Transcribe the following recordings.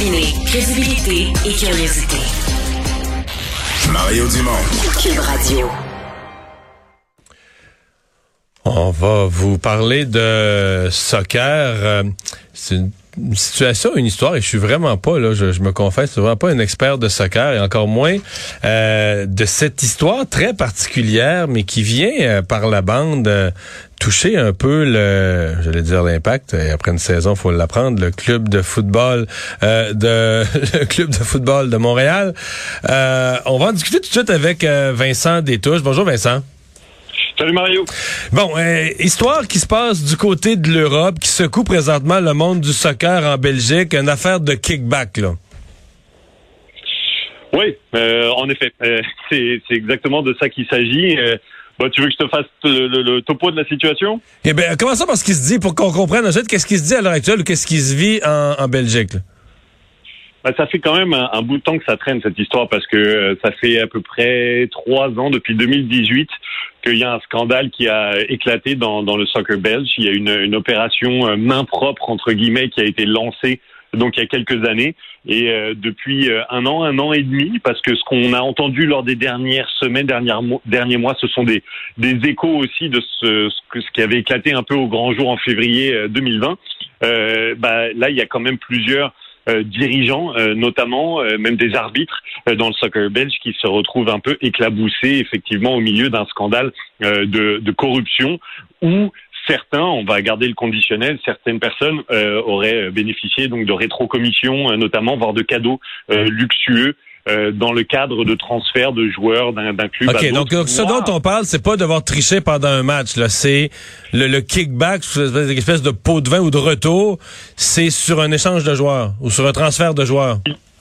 combiner crédibilité et curiosité. Mario Dumont. Cube Radio. On va vous parler de soccer. C'est une situation, une histoire, et je suis vraiment pas, là, je me confesse, je suis vraiment pas un expert de soccer, et encore moins de cette histoire très particulière, mais qui vient par la bande toucher un peu j'allais dire l'Impact, et après une saison, faut l'apprendre, le club de football le club de football de Montréal. On va en discuter tout de suite avec Vincent Détouche. Bonjour Vincent. Salut Mario. Bon, histoire qui se passe du côté de l'Europe, qui secoue présentement le monde du soccer en Belgique, une affaire de kickback, là. Oui, en effet, c'est exactement de ça qu'il s'agit. Tu veux que je te fasse le topo de la situation? Eh bien, commençons par ce qui se dit, pour qu'on comprenne ensuite qu'est-ce qui se dit à l'heure actuelle ou qu'est-ce qui se vit en Belgique, là. Ça fait quand même un bout de temps que ça traîne, cette histoire, parce que ça fait à peu près 3 ans, depuis 2018, qu'il y a un scandale qui a éclaté dans le soccer belge. Il y a une opération main propre, entre guillemets, qui a été lancée donc il y a quelques années. Et depuis un an et demi, parce que ce qu'on a entendu lors des dernières semaines, derniers mois, ce sont des échos aussi de ce qui avait éclaté un peu au grand jour en février 2020. Là, il y a quand même plusieurs dirigeants, notamment même des arbitres dans le soccer belge qui se retrouvent un peu éclaboussés effectivement au milieu d'un scandale de corruption où certains, on va garder le conditionnel, certaines personnes auraient bénéficié donc de rétrocommissions notamment, voire de cadeaux luxueux dans le cadre de transfert de joueurs d'un club à d'autres. Donc ce dont on parle, c'est pas devoir tricher pendant un match, là. C'est le kickback, une espèce de pot de vin ou de retour. C'est sur un échange de joueurs ou sur un transfert de joueurs.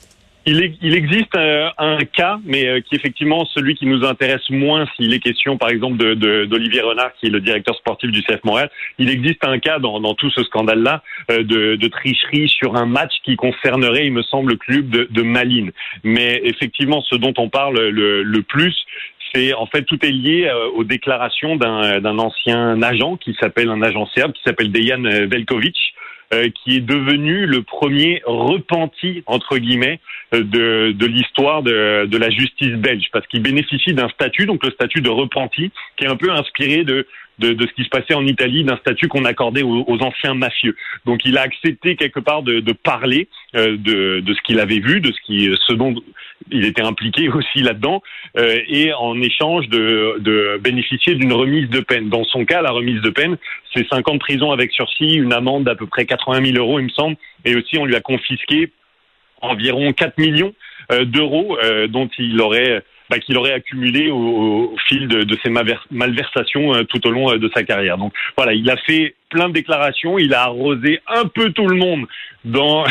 Il existe un cas, mais qui est effectivement celui qui nous intéresse moins s'il est question, par exemple, d'Olivier Renard, qui est le directeur sportif du CF Montréal. Il existe un cas dans tout ce scandale-là de tricherie sur un match qui concernerait, il me semble, le club de Malines. Mais effectivement, ce dont on parle le plus, c'est en fait tout est lié aux déclarations d'un ancien agent qui s'appelle un agent serbe qui s'appelle Dejan Veljković. Qui est devenu le premier repenti, entre guillemets, de l'histoire de la justice belge, parce qu'il bénéficie d'un statut, donc le statut de repenti, qui est un peu inspiré de ce qui se passait en Italie, d'un statut qu'on accordait aux anciens mafieux. Donc il a accepté quelque part de parler de ce qu'il avait vu, de ce dont il était impliqué aussi là-dedans, et en échange de bénéficier d'une remise de peine. Dans son cas, la remise de peine, c'est 5 ans de prison avec sursis, une amende d'à peu près 80 000 euros, il me semble, et aussi on lui a confisqué environ 4 millions d'euros dont qu'il aurait accumulé au fil de ses malversations tout au long de sa carrière. Donc voilà, il a fait plein de déclarations, il a arrosé un peu tout le monde dans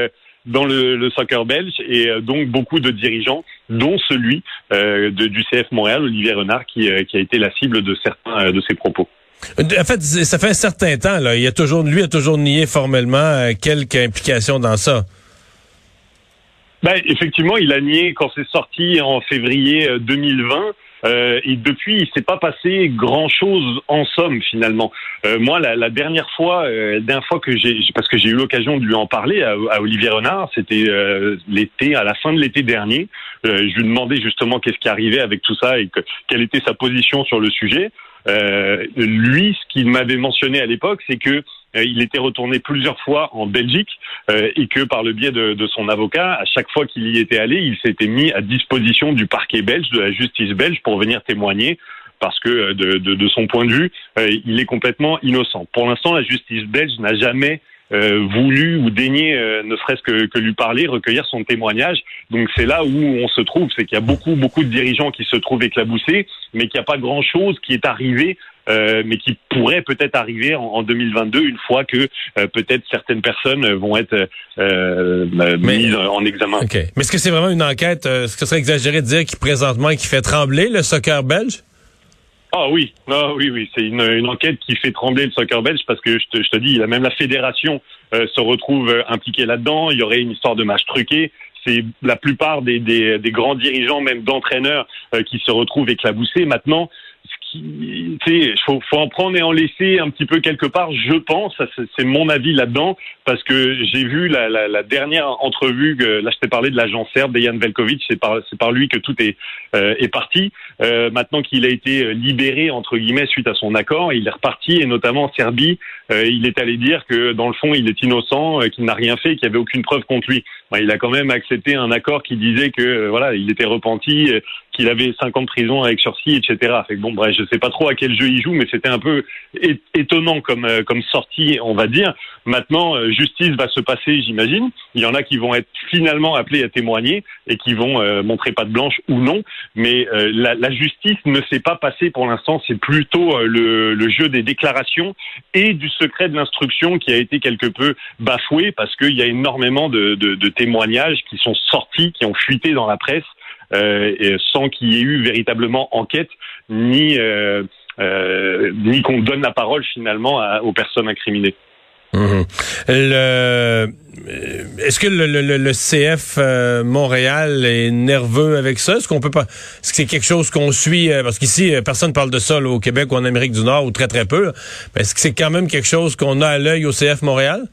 le soccer belge, et donc beaucoup de dirigeants, dont celui du CF Montréal, Olivier Renard, qui a été la cible de certains de ses propos. En fait, ça fait un certain temps, là. Lui a toujours nié formellement quelque implication dans ça. Effectivement, il a nié quand c'est sorti en février 2020. Et depuis, il s'est pas passé grand-chose en somme finalement. Moi, la dernière fois parce que j'ai eu l'occasion de lui en parler à Olivier Renard, c'était l'été, à la fin de l'été dernier. Je lui demandais justement qu'est-ce qui arrivait avec tout ça et quelle était sa position sur le sujet. Lui, ce qu'il m'avait mentionné à l'époque, c'est que il était retourné plusieurs fois en Belgique et que par le biais de son avocat, à chaque fois qu'il y était allé, il s'était mis à disposition du parquet belge, de la justice belge, pour venir témoigner, parce que de son point de vue, il est complètement innocent. Pour l'instant, la justice belge n'a jamais voulu ou daigné, ne serait-ce que lui parler, recueillir son témoignage. Donc c'est là où on se trouve, c'est qu'il y a beaucoup de dirigeants qui se trouvent éclaboussés, mais qu'il n'y a pas grand-chose qui est arrivé, mais qui pourrait peut-être arriver en 2022, une fois que peut-être certaines personnes vont être mises en examen. Okay. Mais est-ce que c'est vraiment une enquête, est-ce que ce serait exagéré de dire qu'il fait trembler le soccer belge? Oui, c'est une enquête qui fait trembler le soccer belge, parce que je te dis, même la fédération se retrouve impliquée là-dedans. Il y aurait une histoire de match truqué. C'est la plupart des grands dirigeants, même d'entraîneurs, qui se retrouvent éclaboussés. Maintenant, ce faut en prendre et en laisser un petit peu quelque part, je pense. Ça, c'est mon avis là-dedans, parce que j'ai vu la dernière entrevue. Là, je t'ai parlé de l'agent serbe Dejan Veljković. C'est par lui que tout est parti. Maintenant qu'il a été libéré entre guillemets suite à son accord, il est reparti, et notamment en Serbie, il est allé dire que dans le fond, il est innocent, qu'il n'a rien fait, qu'il n'y avait aucune preuve contre lui. Il a quand même accepté un accord qui disait que voilà, il était repenti, qu'il avait 5 ans de prison avec sursis, etc. Fait que bon, bref, je sais pas trop à quel jeu il joue, mais c'était un peu étonnant comme sortie, on va dire. Maintenant, justice va se passer, j'imagine. Il y en a qui vont être finalement appelés à témoigner et qui vont montrer patte blanche ou non. Mais la justice ne s'est pas passée pour l'instant. C'est plutôt le jeu des déclarations et du secret de l'instruction qui a été quelque peu bafoué, parce qu'il y a énormément de témoignages qui sont sortis, qui ont fuité dans la presse, et sans qu'il y ait eu véritablement enquête, ni qu'on donne la parole finalement aux personnes incriminées. Mmh. Est-ce que le CF Montréal est nerveux avec ça? Est-ce que c'est quelque chose qu'on suit? Parce qu'ici, personne parle de ça là, au Québec ou en Amérique du Nord, ou très très peu. Mais est-ce que c'est quand même quelque chose qu'on a à l'œil au CF Montréal?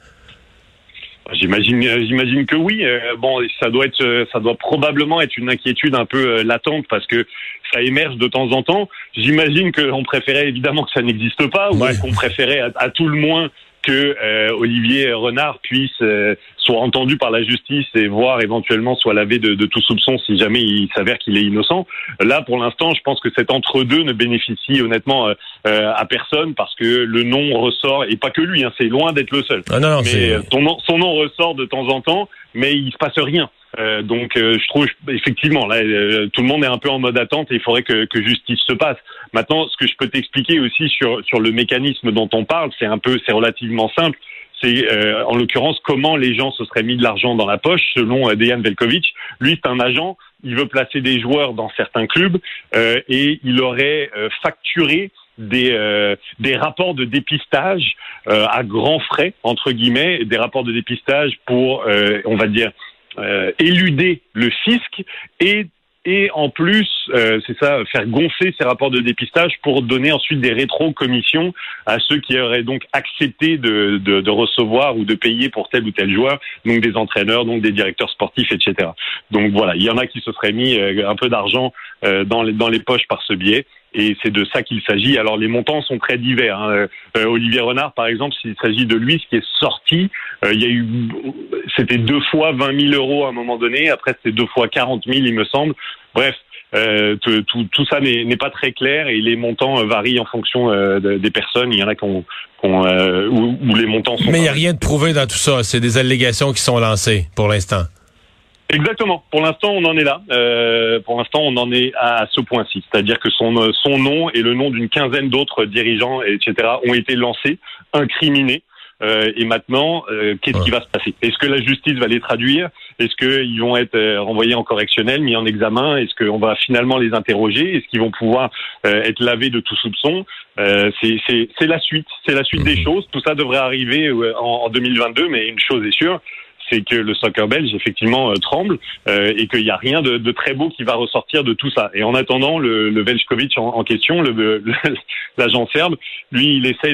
J'imagine que oui. Bon, ça doit probablement être une inquiétude un peu latente, parce que ça émerge de temps en temps. J'imagine qu'on préférait évidemment que ça n'existe pas, ou qu'on préférait à tout le moins que Olivier Renard soit entendu par la justice et voire éventuellement soit lavé de tout soupçon si jamais il s'avère qu'il est innocent. Là, pour l'instant, je pense que cet entre-deux ne bénéficie honnêtement à personne, parce que le nom ressort, et pas que lui, hein, c'est loin d'être le seul. Ah non, mais son nom ressort de temps en temps, mais il se passe rien. Donc je trouve effectivement là tout le monde est un peu en mode attente, et il faudrait que justice se passe. Maintenant, ce que je peux t'expliquer aussi sur le mécanisme dont on parle, c'est relativement simple. C'est en l'occurrence comment les gens se seraient mis de l'argent dans la poche. Selon Dejan Veljković, lui c'est un agent, il veut placer des joueurs dans certains clubs, et il aurait facturé des rapports de dépistage à grands frais, entre guillemets, des rapports de dépistage pour on va dire éluder le fisc, et en plus, faire gonfler ces rapports de dépistage pour donner ensuite des rétro-commissions à ceux qui auraient donc accepté de recevoir ou de payer pour tel ou tel joueur, donc des entraîneurs, donc des directeurs sportifs, etc. Donc voilà, il y en a qui se seraient mis un peu d'argent dans les poches par ce biais. Et c'est de ça qu'il s'agit. Alors les montants sont très divers. Hein. Olivier Renard, par exemple, s'il s'agit de lui, ce qui est sorti, c'était 2 fois 20 000 euros à un moment donné. Après, c'était 2 fois 40 000, il me semble. Bref, tout ça n'est pas très clair, et les montants varient en fonction des personnes. Il y en a où les montants sont. Mais il n'y a rien de prouvé dans tout ça. C'est des allégations qui sont lancées pour l'instant. Exactement. Pour l'instant, on en est là. Pour l'instant, on en est à ce point-ci. C'est-à-dire que son nom et le nom d'une quinzaine d'autres dirigeants, etc., ont été lancés, incriminés. Et maintenant, qu'est-ce qui va se passer? Est-ce que la justice va les traduire? Est-ce qu'ils vont être renvoyés en correctionnel, mis en examen? Est-ce qu'on va finalement les interroger? Est-ce qu'ils vont pouvoir être lavés de tout soupçon? C'est la suite. C'est la suite des choses. Tout ça devrait arriver en 2022, mais une chose est sûre, c'est que le soccer belge, effectivement, tremble, et qu'il n'y a rien de très beau qui va ressortir de tout ça. Et en attendant, le Veljković en question, l'agent serbe, lui, il essaie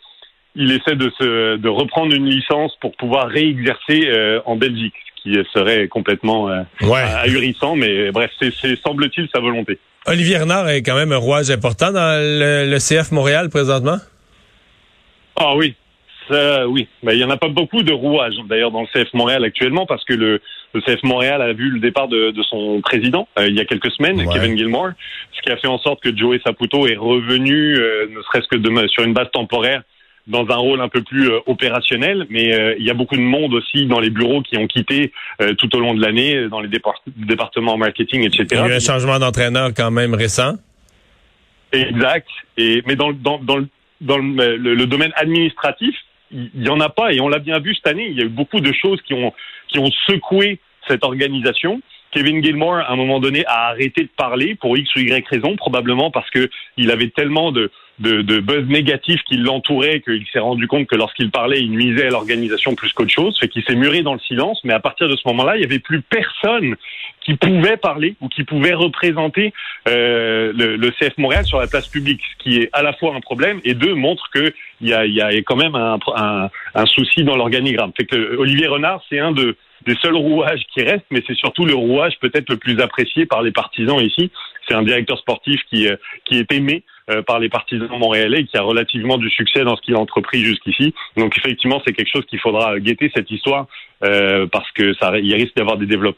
de reprendre une licence pour pouvoir réexercer en Belgique, ce qui serait complètement ahurissant, mais bref, c'est semble-t-il sa volonté. Olivier Renard est quand même un rouage important dans le CF Montréal présentement? Ah oui. Oui, il y en a pas beaucoup de rouages d'ailleurs dans le CF Montréal actuellement, parce que le CF Montréal a vu le départ de son président il y a quelques semaines, Kevin Gilmore, ce qui a fait en sorte que Joey Saputo est revenu, ne serait-ce que sur une base temporaire, dans un rôle un peu plus opérationnel, mais il y a beaucoup de monde aussi dans les bureaux qui ont quitté tout au long de l'année, dans les départements marketing, etc. Il y a eu un changement d'entraîneur quand même récent. Exact. Mais dans le domaine administratif, il y en a pas, et on l'a bien vu cette année. Il y a eu beaucoup de choses qui ont secoué cette organisation. Kevin Gilmore, à un moment donné, a arrêté de parler pour X ou Y raison, probablement parce que il avait tellement de buzz négatif qui l'entourait qu'il s'est rendu compte que lorsqu'il parlait, il nuisait à l'organisation plus qu'autre chose, fait qu'il s'est muré dans le silence, mais à partir de ce moment-là, il n'y avait plus personne qui pouvait parler ou qui pouvait représenter le CF Montréal sur la place publique, ce qui est à la fois un problème et deux, montre que il y a quand même un souci dans l'organigramme. Fait que Olivier Renard, c'est un des seuls rouages qui restent, mais c'est surtout le rouage peut-être le plus apprécié par les partisans ici. C'est un directeur sportif qui est aimé par les partisans montréalais et qui a relativement du succès dans ce qu'il a entrepris jusqu'ici. Donc effectivement, c'est quelque chose qu'il faudra guetter, cette histoire, parce que il risque d'avoir des développements